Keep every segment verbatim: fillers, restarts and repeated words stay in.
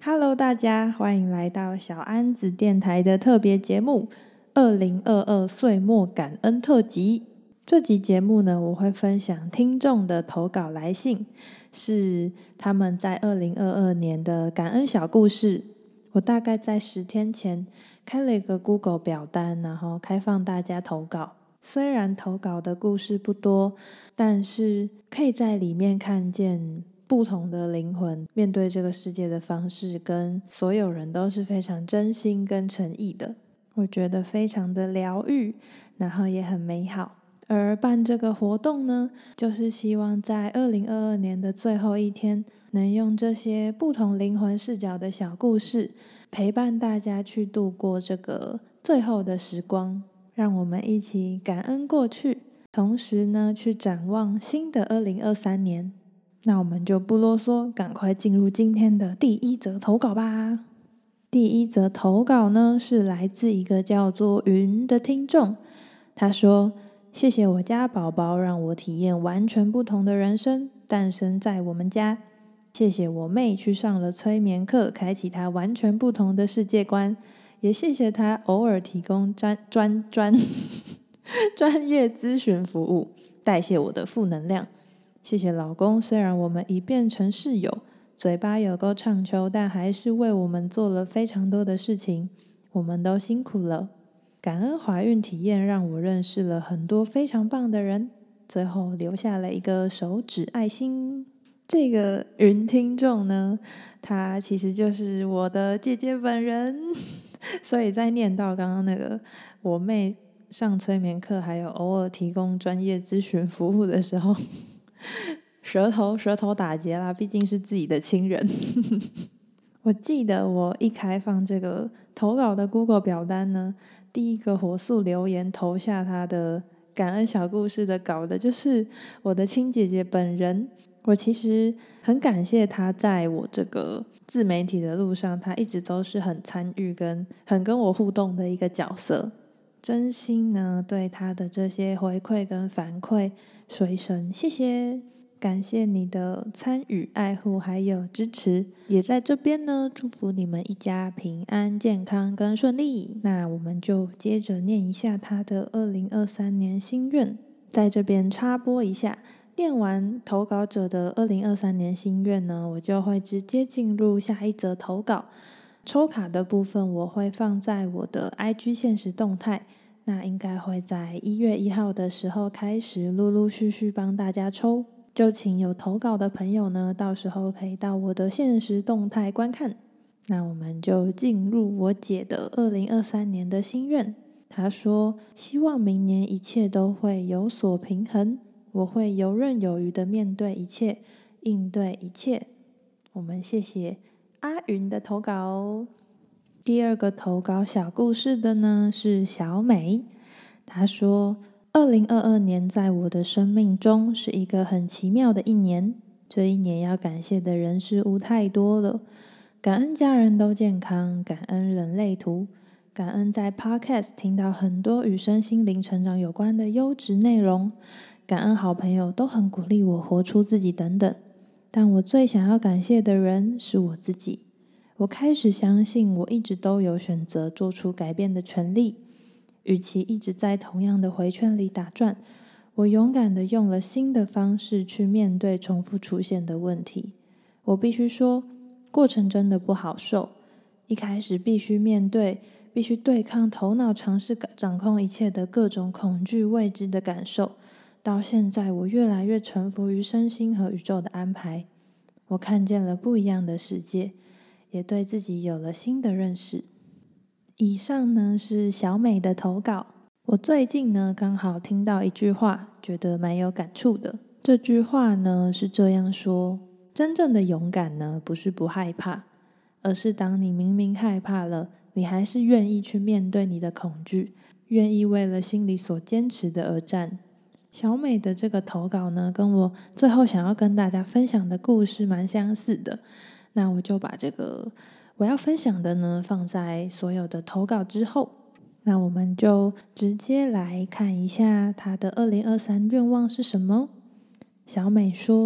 Hello，大家欢迎来到小安子电台的特别节目二零二二岁末感恩特辑。这集节目呢，我会分享听众的投稿来信，是他们在二零二二年的感恩小故事。我大概在十天前开了一个 Google 表单，然后开放大家投稿。虽然投稿的故事不多，但是可以在里面看见不同的灵魂面对这个世界的方式，跟所有人都是非常真心跟诚意的，我觉得非常的疗愈，然后也很美好。而办这个活动呢，就是希望在二零二二年的最后一天，能用这些不同灵魂视角的小故事，陪伴大家去度过这个最后的时光，让我们一起感恩过去，同时呢，去展望新的二零二三年。那我们就不啰嗦，赶快进入今天的第一则投稿吧。第一则投稿呢，是来自一个叫做云的听众。他说，谢谢我家宝宝让我体验完全不同的人生，诞生在我们家。谢谢我妹去上了催眠课，开启她完全不同的世界观。也谢谢她偶尔提供专专专专业咨询服务，代谢我的负能量。谢谢老公，虽然我们已变成室友，嘴巴有够唱秋，但还是为我们做了非常多的事情，我们都辛苦了。感恩怀孕体验让我认识了很多非常棒的人，最后留下了一个手指爱心。这个云听众呢，他其实就是我的姐姐本人，所以在念到刚刚那个我妹上催眠课，还有偶尔提供专业咨询服务的时候，舌头舌头打结啦，毕竟是自己的亲人。我记得我一开放这个投稿的 Google 表单呢，第一个火速留言投下他的感恩小故事的稿的就是我的亲姐姐本人。我其实很感谢她在我这个自媒体的路上，她一直都是很参与跟很跟我互动的一个角色。真心呢对她的这些回馈跟反馈说一声谢谢，感谢你的参与、爱护还有支持，也在这边呢祝福你们一家平安、健康跟顺利。那我们就接着念一下他的二零二三年心愿，在这边插播一下，念完投稿者的二零二三年心愿呢，我就会直接进入下一则投稿。抽卡的部分我会放在我的 I G 限时动态，那应该会在一月一号的时候开始陆陆续续帮大家抽，就请有投稿的朋友呢，到时候可以到我的限时动态观看。那我们就进入我姐的二零二三年的心愿。她说，希望明年一切都会有所平衡，我会游刃有余的面对一切，应对一切。我们谢谢阿云的投稿。第二个投稿小故事的呢是小美，她说，二零二二年在我的生命中是一个很奇妙的一年，这一年要感谢的人事物太多了，感恩家人都健康，感恩人类图，感恩在 Podcast 听到很多与身心灵成长有关的优质内容，感恩好朋友都很鼓励我活出自己等等。但我最想要感谢的人是我自己。我开始相信我一直都有选择做出改变的权利，与其一直在同样的回圈里打转，我勇敢地用了新的方式去面对重复出现的问题。我必须说，过程真的不好受，一开始必须面对，必须对抗头脑尝试掌控一切的各种恐惧未知的感受，到现在我越来越臣服于身心和宇宙的安排。我看见了不一样的世界，也对自己有了新的认识。以上呢是小美的投稿。我最近呢刚好听到一句话，觉得蛮有感触的。这句话呢是这样说，真正的勇敢呢不是不害怕，而是当你明明害怕了，你还是愿意去面对你的恐惧，愿意为了心里所坚持的而战。小美的这个投稿呢，跟我最后想要跟大家分享的故事蛮相似的。那我就把这个我要分享的呢，放在所有的投稿之后。那我们就直接来看一下她的二零二三愿望是什么。小美说，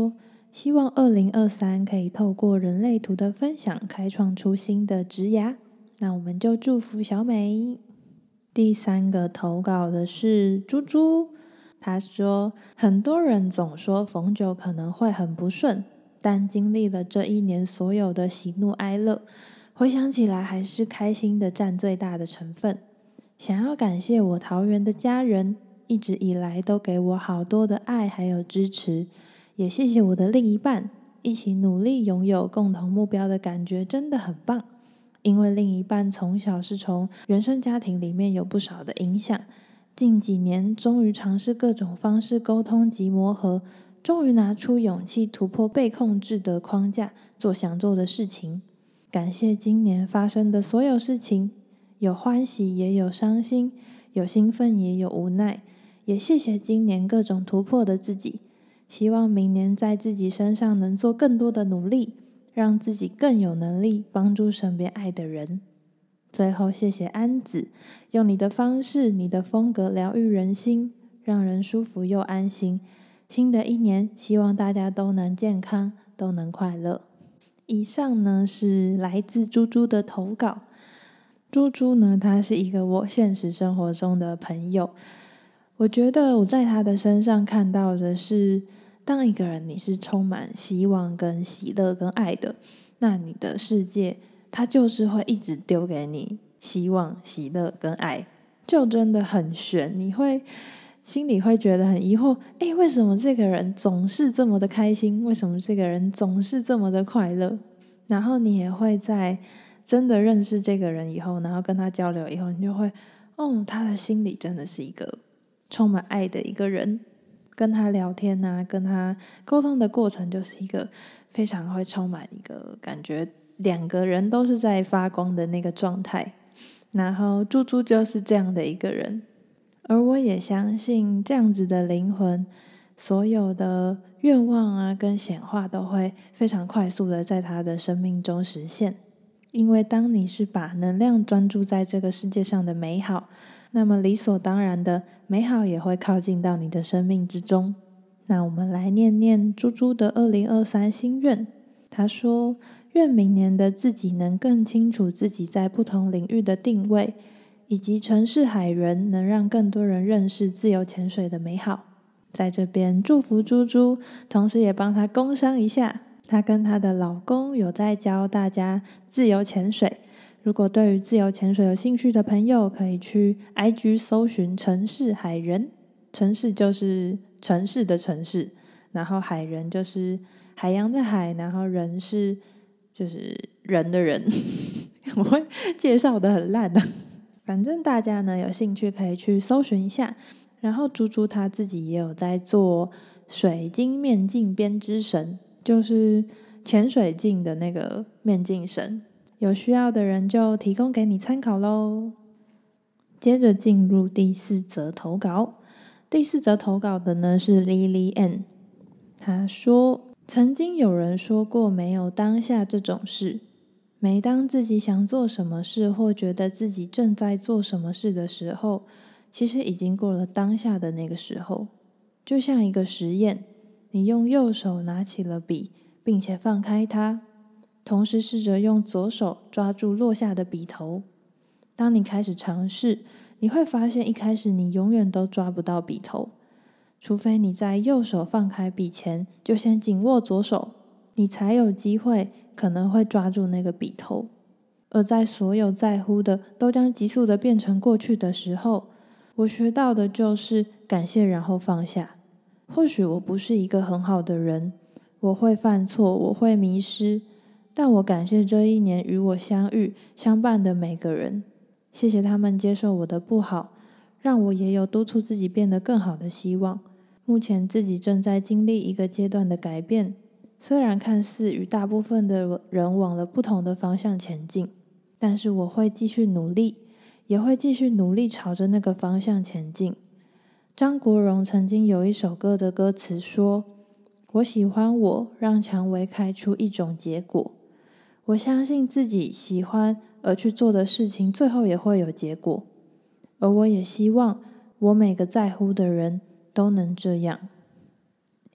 希望二零二三可以透过人类图的分享，开创出新的职涯。那我们就祝福小美。第三个投稿的是猪猪，他说很多人总说逢九可能会很不顺，但经历了这一年所有的喜怒哀乐，回想起来还是开心的占最大的成分。想要感谢我桃园的家人，一直以来都给我好多的爱还有支持，也谢谢我的另一半，一起努力拥有共同目标的感觉真的很棒。因为另一半从小是从原生家庭里面有不少的影响，近几年终于尝试各种方式沟通及磨合，终于拿出勇气突破被控制的框架，做想做的事情。感谢今年发生的所有事情，有欢喜也有伤心，有兴奋也有无奈，也谢谢今年各种突破的自己，希望明年在自己身上能做更多的努力，让自己更有能力帮助身边爱的人。最后谢谢安子，用你的方式你的风格疗愈人心，让人舒服又安心。新的一年希望大家都能健康，都能快乐。以上呢是来自猪猪的投稿。猪猪呢，他是一个我现实生活中的朋友，我觉得我在他的身上看到的是，当一个人你是充满希望跟喜乐跟爱的，那你的世界它就是会一直丢给你希望喜乐跟爱，就真的很悬。你会心里会觉得很疑惑，诶，为什么这个人总是这么的开心？为什么这个人总是这么的快乐？然后你也会在真的认识这个人以后，然后跟他交流以后，你就会哦，他的心里真的是一个充满爱的一个人。跟他聊天啊，跟他沟通的过程就是一个非常会充满一个感觉两个人都是在发光的那个状态。然后猪猪就是这样的一个人，而我也相信这样子的灵魂，所有的愿望啊跟显化都会非常快速的在他的生命中实现。因为当你是把能量专注在这个世界上的美好，那么理所当然的美好也会靠近到你的生命之中。那我们来念念猪猪的二零二三心愿。他说，愿明年的自己能更清楚自己在不同领域的定位，以及城市海人能让更多人认识自由潜水的美好。在这边祝福猪猪，同时也帮他工商一下，她跟她的老公有在教大家自由潜水。如果对于自由潜水有兴趣的朋友，可以去 I G 搜寻城市海人，城市就是城市的城市，然后海人就是海洋的海，然后人是就是人的人我会介绍的很烂的、啊、反正大家呢有兴趣可以去搜寻一下。然后猪猪他自己也有在做水晶面镜编织绳，就是潜水镜的那个面镜绳，有需要的人就提供给你参考咯。接着进入第四则投稿。第四则投稿的呢是 Lily Ann， 她说，曾经有人说过没有当下这种事，每当自己想做什么事或觉得自己正在做什么事的时候，其实已经过了当下的那个时候。就像一个实验，你用右手拿起了笔，并且放开它，同时试着用左手抓住落下的笔头。当你开始尝试，你会发现一开始你永远都抓不到笔头，除非你在右手放开笔前就先紧握左手，你才有机会可能会抓住那个笔头。而在所有在乎的都将急速的变成过去的时候，我学到的就是感谢然后放下。或许我不是一个很好的人，我会犯错，我会迷失，但我感谢这一年与我相遇相伴的每个人，谢谢他们接受我的不好，让我也有督促自己变得更好的希望。目前自己正在经历一个阶段的改变，虽然看似与大部分的人往了不同的方向前进，但是我会继续努力，也会继续努力朝着那个方向前进。张国荣曾经有一首歌的歌词说，我喜欢我让蔷薇开出一种结果。我相信自己喜欢而去做的事情最后也会有结果，而我也希望我每个在乎的人都能这样。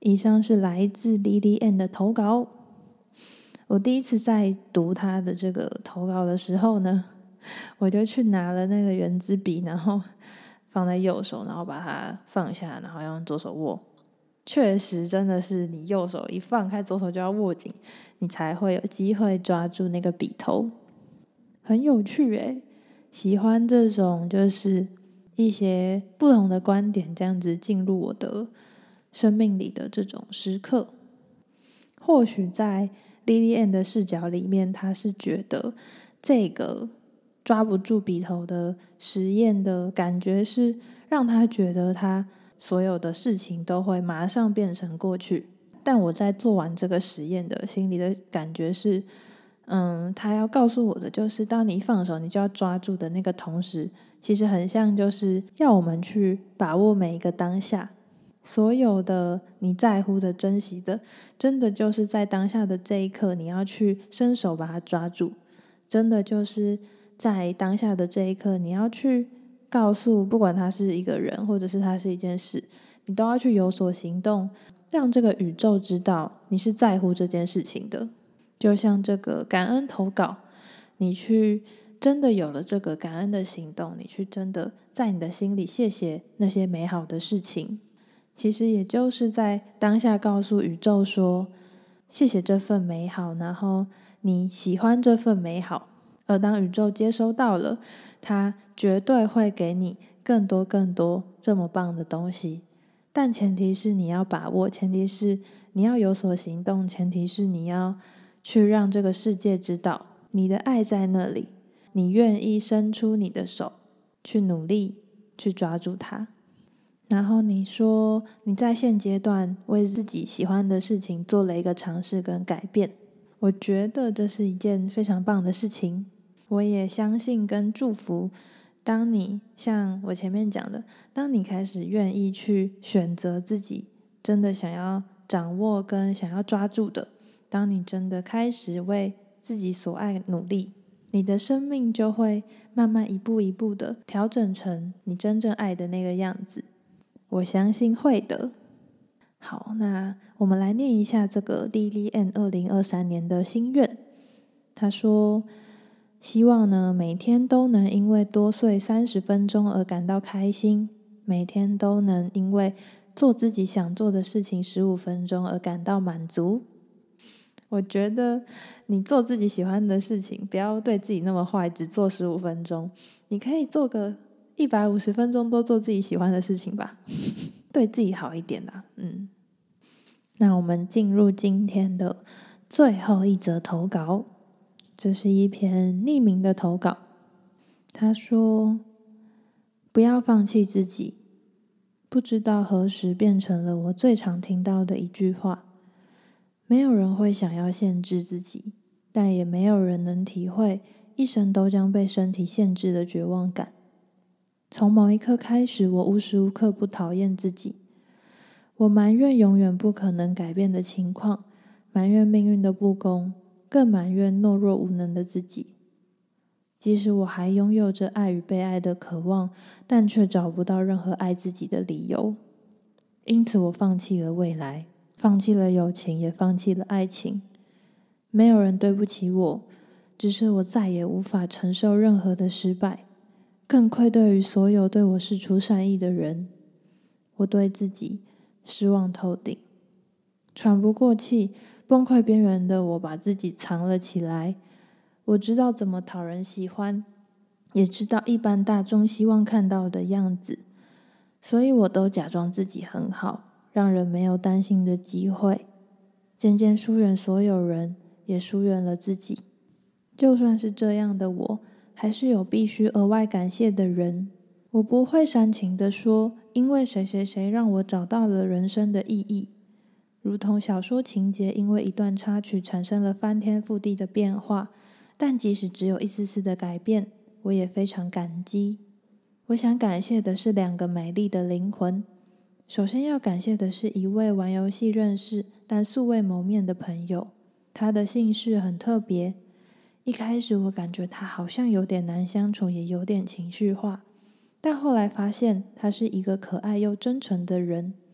以上是来自 Lily Ann 的投稿。我第一次在读她的这个投稿的时候呢，我就去拿了那个圆珠笔，然后放在右手，然后把它放下，然后用左手握。确实真的是你右手一放开，左手就要握紧，你才会有机会抓住那个笔头。很有趣耶，喜欢这种就是一些不同的观点这样子进入我的生命里的这种时刻。或许在 Lily Ann 的视角里面，她是觉得这个抓不住笔头的实验的感觉是让她觉得她所有的事情都会马上变成过去。但我在做完这个实验的心里的感觉是，嗯，他要告诉我的就是，当你一放手，你就要抓住的那个同时，其实很像就是要我们去把握每一个当下。所有的你在乎的、珍惜的，真的就是在当下的这一刻，你要去伸手把它抓住。真的就是在当下的这一刻，你要去告诉，不管他是一个人，或者是他是一件事，你都要去有所行动，让这个宇宙知道你是在乎这件事情的。就像这个感恩投稿，你去真的有了这个感恩的行动，你去真的在你的心里谢谢那些美好的事情，其实也就是在当下告诉宇宙说，谢谢这份美好，然后你喜欢这份美好，而当宇宙接收到了，它绝对会给你更多更多这么棒的东西。但前提是你要把握，前提是你要有所行动，前提是你要去让这个世界知道你的爱在那里，你愿意伸出你的手去努力去抓住它。然后你说你在现阶段为自己喜欢的事情做了一个尝试跟改变，我觉得这是一件非常棒的事情。我也相信跟祝福，当你像我前面讲的，当你开始愿意去选择自己真的想要掌握跟想要抓住的，当你真的开始为自己所爱努力，你的生命就会慢慢一步一步的调整成你真正爱的那个样子。我相信会的。好，那我们来念一下这个 Lily Ann 二零二三年的心愿。他说，希望呢每天都能因为多睡三十分钟而感到开心，每天都能因为做自己想做的事情十五分钟而感到满足。我觉得你做自己喜欢的事情，不要对自己那么坏，只做十五分钟，你可以做个一百五十分钟都做自己喜欢的事情吧，对自己好一点啦。嗯，那我们进入今天的最后一则投稿，这是一篇匿名的投稿。他说，不要放弃自己，不知道何时变成了我最常听到的一句话。没有人会想要限制自己，但也没有人能体会一生都将被身体限制的绝望感。从某一刻开始，我无时无刻不讨厌自己。我埋怨永远不可能改变的情况，埋怨命运的不公，更埋怨懦弱无能的自己。即使我还拥有着爱与被爱的渴望，但却找不到任何爱自己的理由。因此我放弃了未来，放弃了友情，也放弃了爱情。没有人对不起我，只是我再也无法承受任何的失败，更愧对于所有对我释出善意的人。我对自己失望透顶，喘不过气，崩溃边缘的我把自己藏了起来。我知道怎么讨人喜欢，也知道一般大众希望看到的样子，所以我都假装自己很好，让人没有担心的机会。渐渐疏远所有人，也疏远了自己。就算是这样的我，还是有必须额外感谢的人。我不会煽情地说，因为谁谁谁让我找到了人生的意义，如同小说情节因为一段插曲产生了翻天覆地的变化，但即使只有一丝丝的改变，我也非常感激。我想感谢的是两个美丽的灵魂。首先要感谢的是一位玩游戏认识但素未谋面的朋友，他的姓氏很特别。一开始我感觉他好像有点难相处，也有点情绪化，但后来发现他是一个可爱又真诚的人。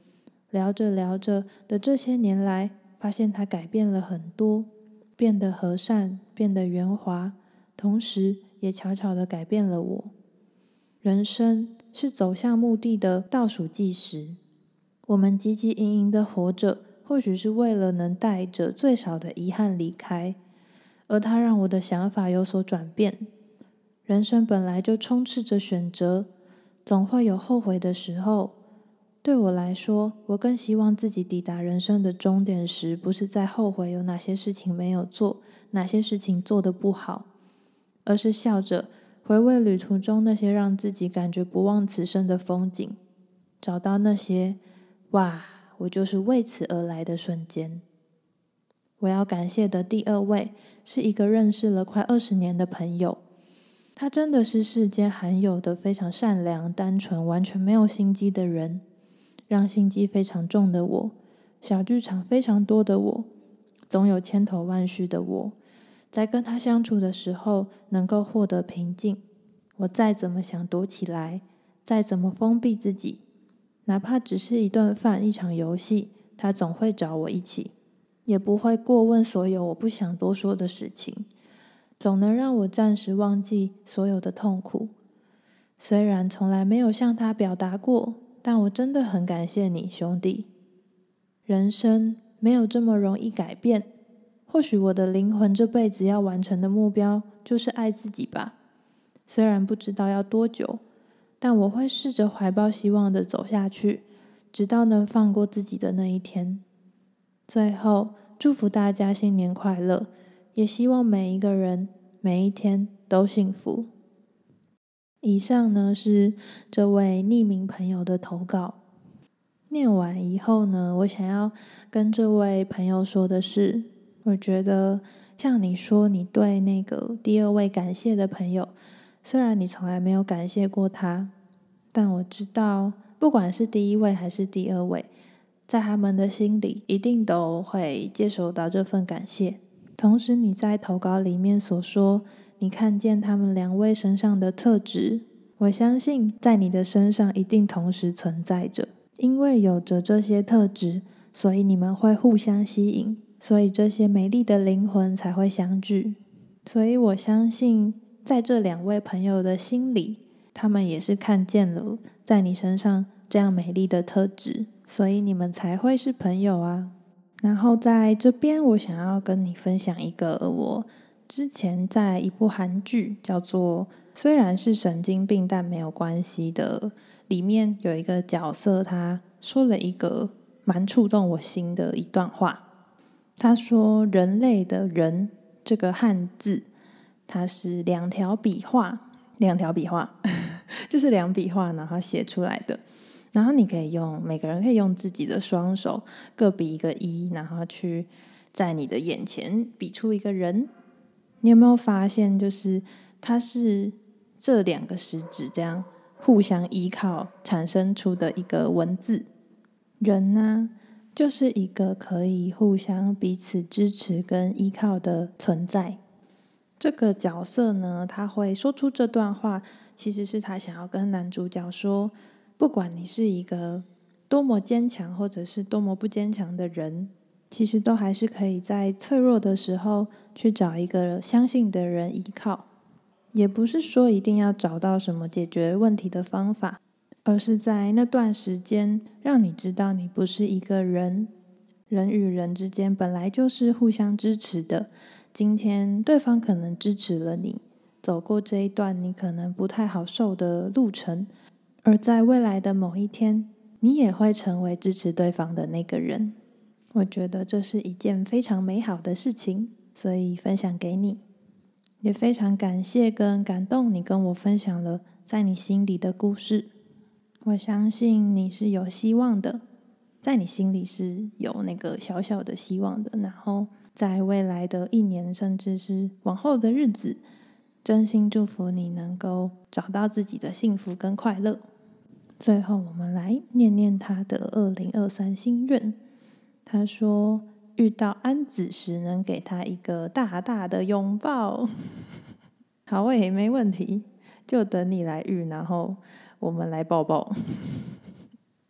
聊着聊着的这些年来，发现他改变了很多，变得和善，变得圆滑，同时也悄悄地改变了我。人生是走向目的的倒数计时，我们汲汲营营地活着，或许是为了能带着最少的遗憾离开，而它让我的想法有所转变。人生本来就充斥着选择，总会有后悔的时候。对我来说，我更希望自己抵达人生的终点时，不是在后悔有哪些事情没有做，哪些事情做得不好，而是笑着回味旅途中那些让自己感觉不忘此生的风景，找到那些哇，我就是为此而来的瞬间。我要感谢的第二位是一个认识了快二十年的朋友，他真的是世间罕有的非常善良、单纯、完全没有心机的人。让心机非常重的我，小剧场非常多的我，总有千头万绪的我，在跟他相处的时候能够获得平静。我再怎么想躲起来，再怎么封闭自己，哪怕只是一顿饭、一场游戏，他总会找我一起，也不会过问所有我不想多说的事情，总能让我暂时忘记所有的痛苦。虽然从来没有向他表达过，但我真的很感谢你，兄弟。人生没有这么容易改变，或许我的灵魂这辈子要完成的目标就是爱自己吧。虽然不知道要多久，但我会试着怀抱希望的走下去，直到能放过自己的那一天。最后，祝福大家新年快乐，也希望每一个人每一天都幸福。以上呢是这位匿名朋友的投稿。念完以后呢，我想要跟这位朋友说的是，我觉得像你说你对那个第二位感谢的朋友，虽然你从来没有感谢过他，但我知道不管是第一位还是第二位，在他们的心里一定都会接收到这份感谢。同时你在投稿里面所说你看见他们两位身上的特质，我相信在你的身上一定同时存在着。因为有着这些特质，所以你们会互相吸引，所以这些美丽的灵魂才会相聚。所以我相信在这两位朋友的心里，他们也是看见了在你身上这样美丽的特质，所以你们才会是朋友啊。然后在这边我想要跟你分享一个我之前在一部韩剧叫做虽然是神经病但没有关系的，里面有一个角色他说了一个蛮触动我心的一段话。他说人类的人这个汉字它是两条笔画两条笔画就是两笔画然后写出来的，然后你可以用每个人可以用自己的双手各比一个一，然后去在你的眼前比出一个人。你有没有发现就是它是这两个食指这样互相依靠产生出的一个文字？人呢，就是一个可以互相彼此支持跟依靠的存在。这个角色呢，他会说出这段话，其实是他想要跟男主角说，不管你是一个多么坚强或者是多么不坚强的人，其实都还是可以在脆弱的时候去找一个相信的人依靠。也不是说一定要找到什么解决问题的方法，而是在那段时间让你知道你不是一个人，人与人之间本来就是互相支持的。今天对方可能支持了你，走过这一段你可能不太好受的路程，而在未来的某一天，你也会成为支持对方的那个人。我觉得这是一件非常美好的事情，所以分享给你。也非常感谢跟感动你跟我分享了在你心里的故事。我相信你是有希望的，在你心里是有那个小小的希望的，然后在未来的一年甚至是往后的日子，真心祝福你能够找到自己的幸福跟快乐。最后我们来念念他的二零二三心愿。他说遇到安子时能给他一个大大的拥抱。好诶，没问题，就等你来遇，然后我们来抱抱。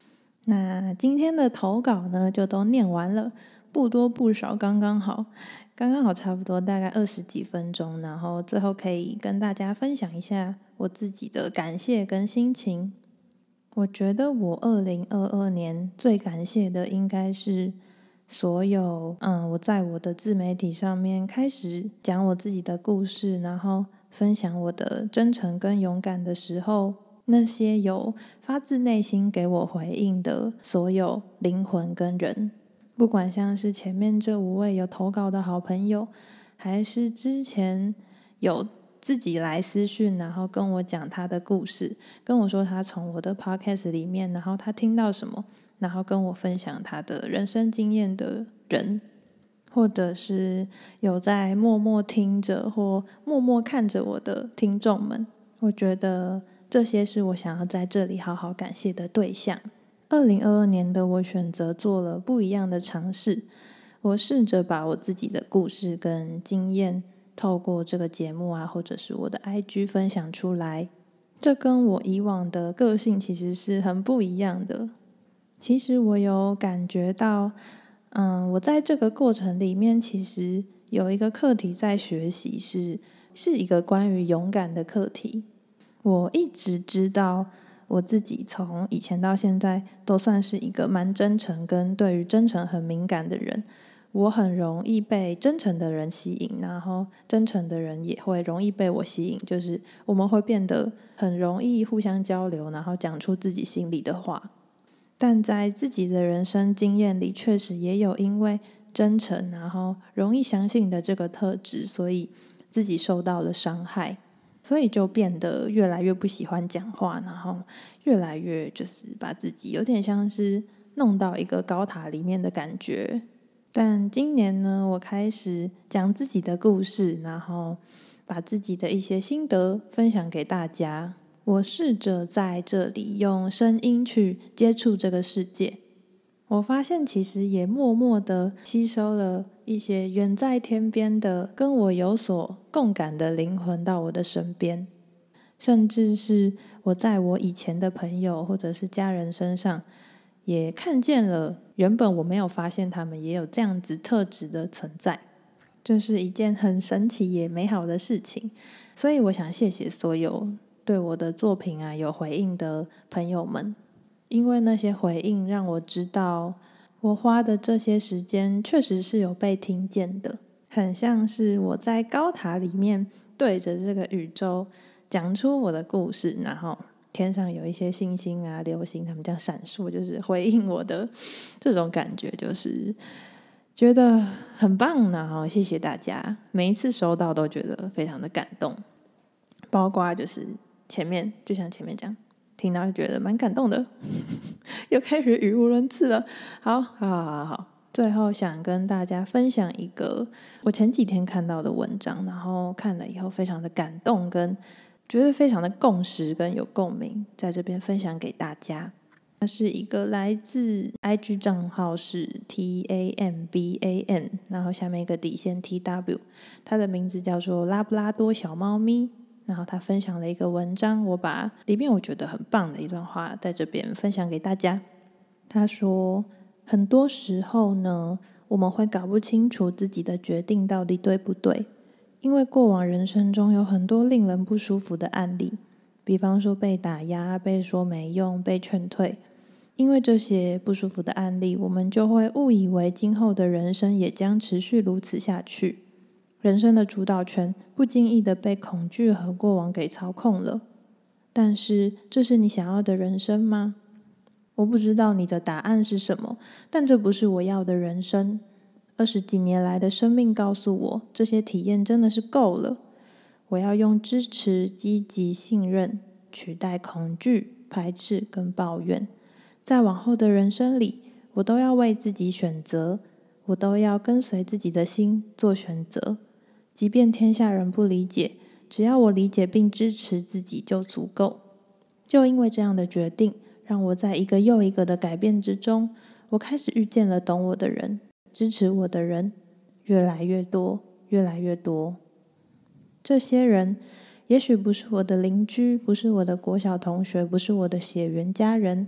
那今天的投稿呢，就都念完了，不多不少，刚刚好，刚刚好，差不多大概二十几分钟，然后最后可以跟大家分享一下我自己的感谢跟心情。我觉得我二零二二年最感谢的应该是所有，嗯，我在我的自媒体上面开始讲我自己的故事，然后分享我的真诚跟勇敢的时候，那些有发自内心给我回应的所有灵魂跟人，不管像是前面这五位有投稿的好朋友，还是之前有自己来私讯，然后跟我讲他的故事，跟我说他从我的 podcast 里面，然后他听到什么，然后跟我分享他的人生经验的人，或者是有在默默听着或默默看着我的听众们，我觉得这些是我想要在这里好好感谢的对象。二零二二年的我选择做了不一样的尝试，我试着把我自己的故事跟经验透过这个节目啊，或者是我的 I G 分享出来，这跟我以往的个性其实是很不一样的。其实我有感觉到，嗯，我在这个过程里面其实有一个课题在学习，是是一个关于勇敢的课题。我一直知道我自己从以前到现在都算是一个蛮真诚跟对于真诚很敏感的人，我很容易被真诚的人吸引，然后真诚的人也会容易被我吸引，就是我们会变得很容易互相交流，然后讲出自己心里的话。但在自己的人生经验里，确实也有因为真诚然后容易相信的这个特质，所以自己受到了伤害，所以就变得越来越不喜欢讲话，然后越来越就是把自己有点像是弄到一个高塔里面的感觉。但今年呢，我开始讲自己的故事，然后把自己的一些心得分享给大家。我试着在这里用声音去接触这个世界，我发现其实也默默的吸收了一些远在天边的跟我有所共感的灵魂到我的身边，甚至是我在我以前的朋友或者是家人身上也看见了原本我没有发现他们也有这样子特质的存在，这是一件很神奇也美好的事情。所以我想谢谢所有对我的作品啊有回应的朋友们，因为那些回应让我知道我花的这些时间确实是有被听见的，很像是我在高塔里面对着这个宇宙讲出我的故事，然后天上有一些星星啊流星他们这样闪烁，就是回应我的这种感觉，就是觉得很棒，然后谢谢大家，每一次收到都觉得非常的感动，包括就是前面就像前面讲听到就觉得蛮感动的又开始语无伦次了。好好好好，最后想跟大家分享一个我前几天看到的文章，然后看了以后非常的感动，跟觉得非常的共识跟有共鸣，在这边分享给大家。它是一个来自 I G 账号是 T A M B A N， 然后下面一个底线 T W， 它的名字叫做拉布拉多小猫咪。然后他分享了一个文章，我把里面我觉得很棒的一段话在这边分享给大家。他说，很多时候呢，我们会搞不清楚自己的决定到底对不对，因为过往人生中有很多令人不舒服的案例，比方说被打压、被说没用、被劝退。因为这些不舒服的案例，我们就会误以为今后的人生也将持续如此下去。人生的主导权不经意的被恐惧和过往给操控了。但是，这是你想要的人生吗？我不知道你的答案是什么，但这不是我要的人生。二十几年来的生命告诉我，这些体验真的是够了。我要用支持、积极、信任取代恐惧、排斥跟抱怨。在往后的人生里，我都要为自己选择，我都要跟随自己的心做选择。即便天下人不理解，只要我理解并支持自己就足够。就因为这样的决定，让我在一个又一个的改变之中，我开始遇见了懂我的人，支持我的人，越来越多，越来越多。这些人也许不是我的邻居，不是我的国小同学，不是我的血缘家人，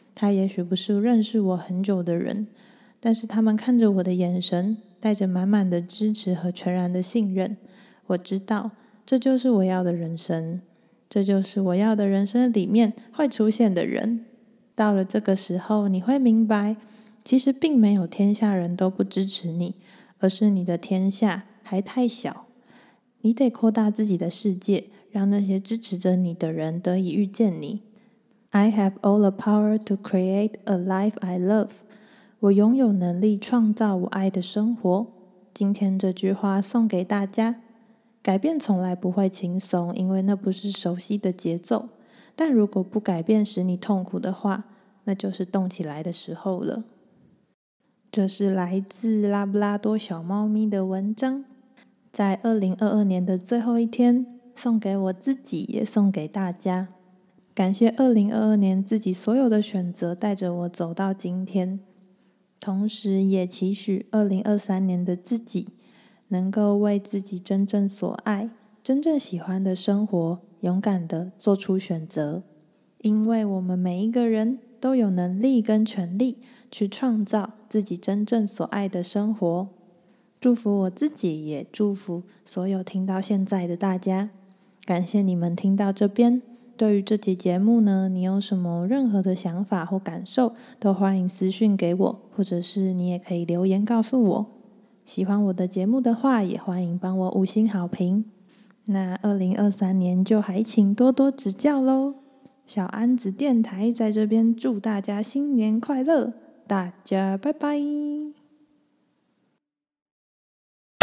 他也许不是认识我很久的人，但是他们看着我的眼神，带着满满的支持和全然的信任。我知道，这就是我要的人生，这就是我要的人生里面会出现的人。到了这个时候，你会明白，其实并没有天下人都不支持你，而是你的天下还太小。你得扩大自己的世界，让那些支持着你的人得以遇见你。I have all the power to create a life I love. 我拥有能力创造我爱的生活。今天这句话送给大家。改变从来不会轻松，因为那不是熟悉的节奏。但如果不改变使你痛苦的话，那就是动起来的时候了。这是来自拉布拉多小猫咪的文章。在二零二二年的最后一天，送给我自己，也送给大家。感谢二零二二年自己所有的选择带着我走到今天，同时也期许二零二三年的自己能够为自己真正所爱、真正喜欢的生活勇敢地做出选择。因为我们每一个人都有能力跟权利去创造自己真正所爱的生活。祝福我自己，也祝福所有听到现在的大家。感谢你们听到这边。对于这集节目呢，你有什么任何的想法或感受，都欢迎私讯给我，或者是你也可以留言告诉我。喜欢我的节目的话，也欢迎帮我五星好评。那二零二三年就还请多多指教咯。小安子电台在这边祝大家新年快乐，大家拜拜。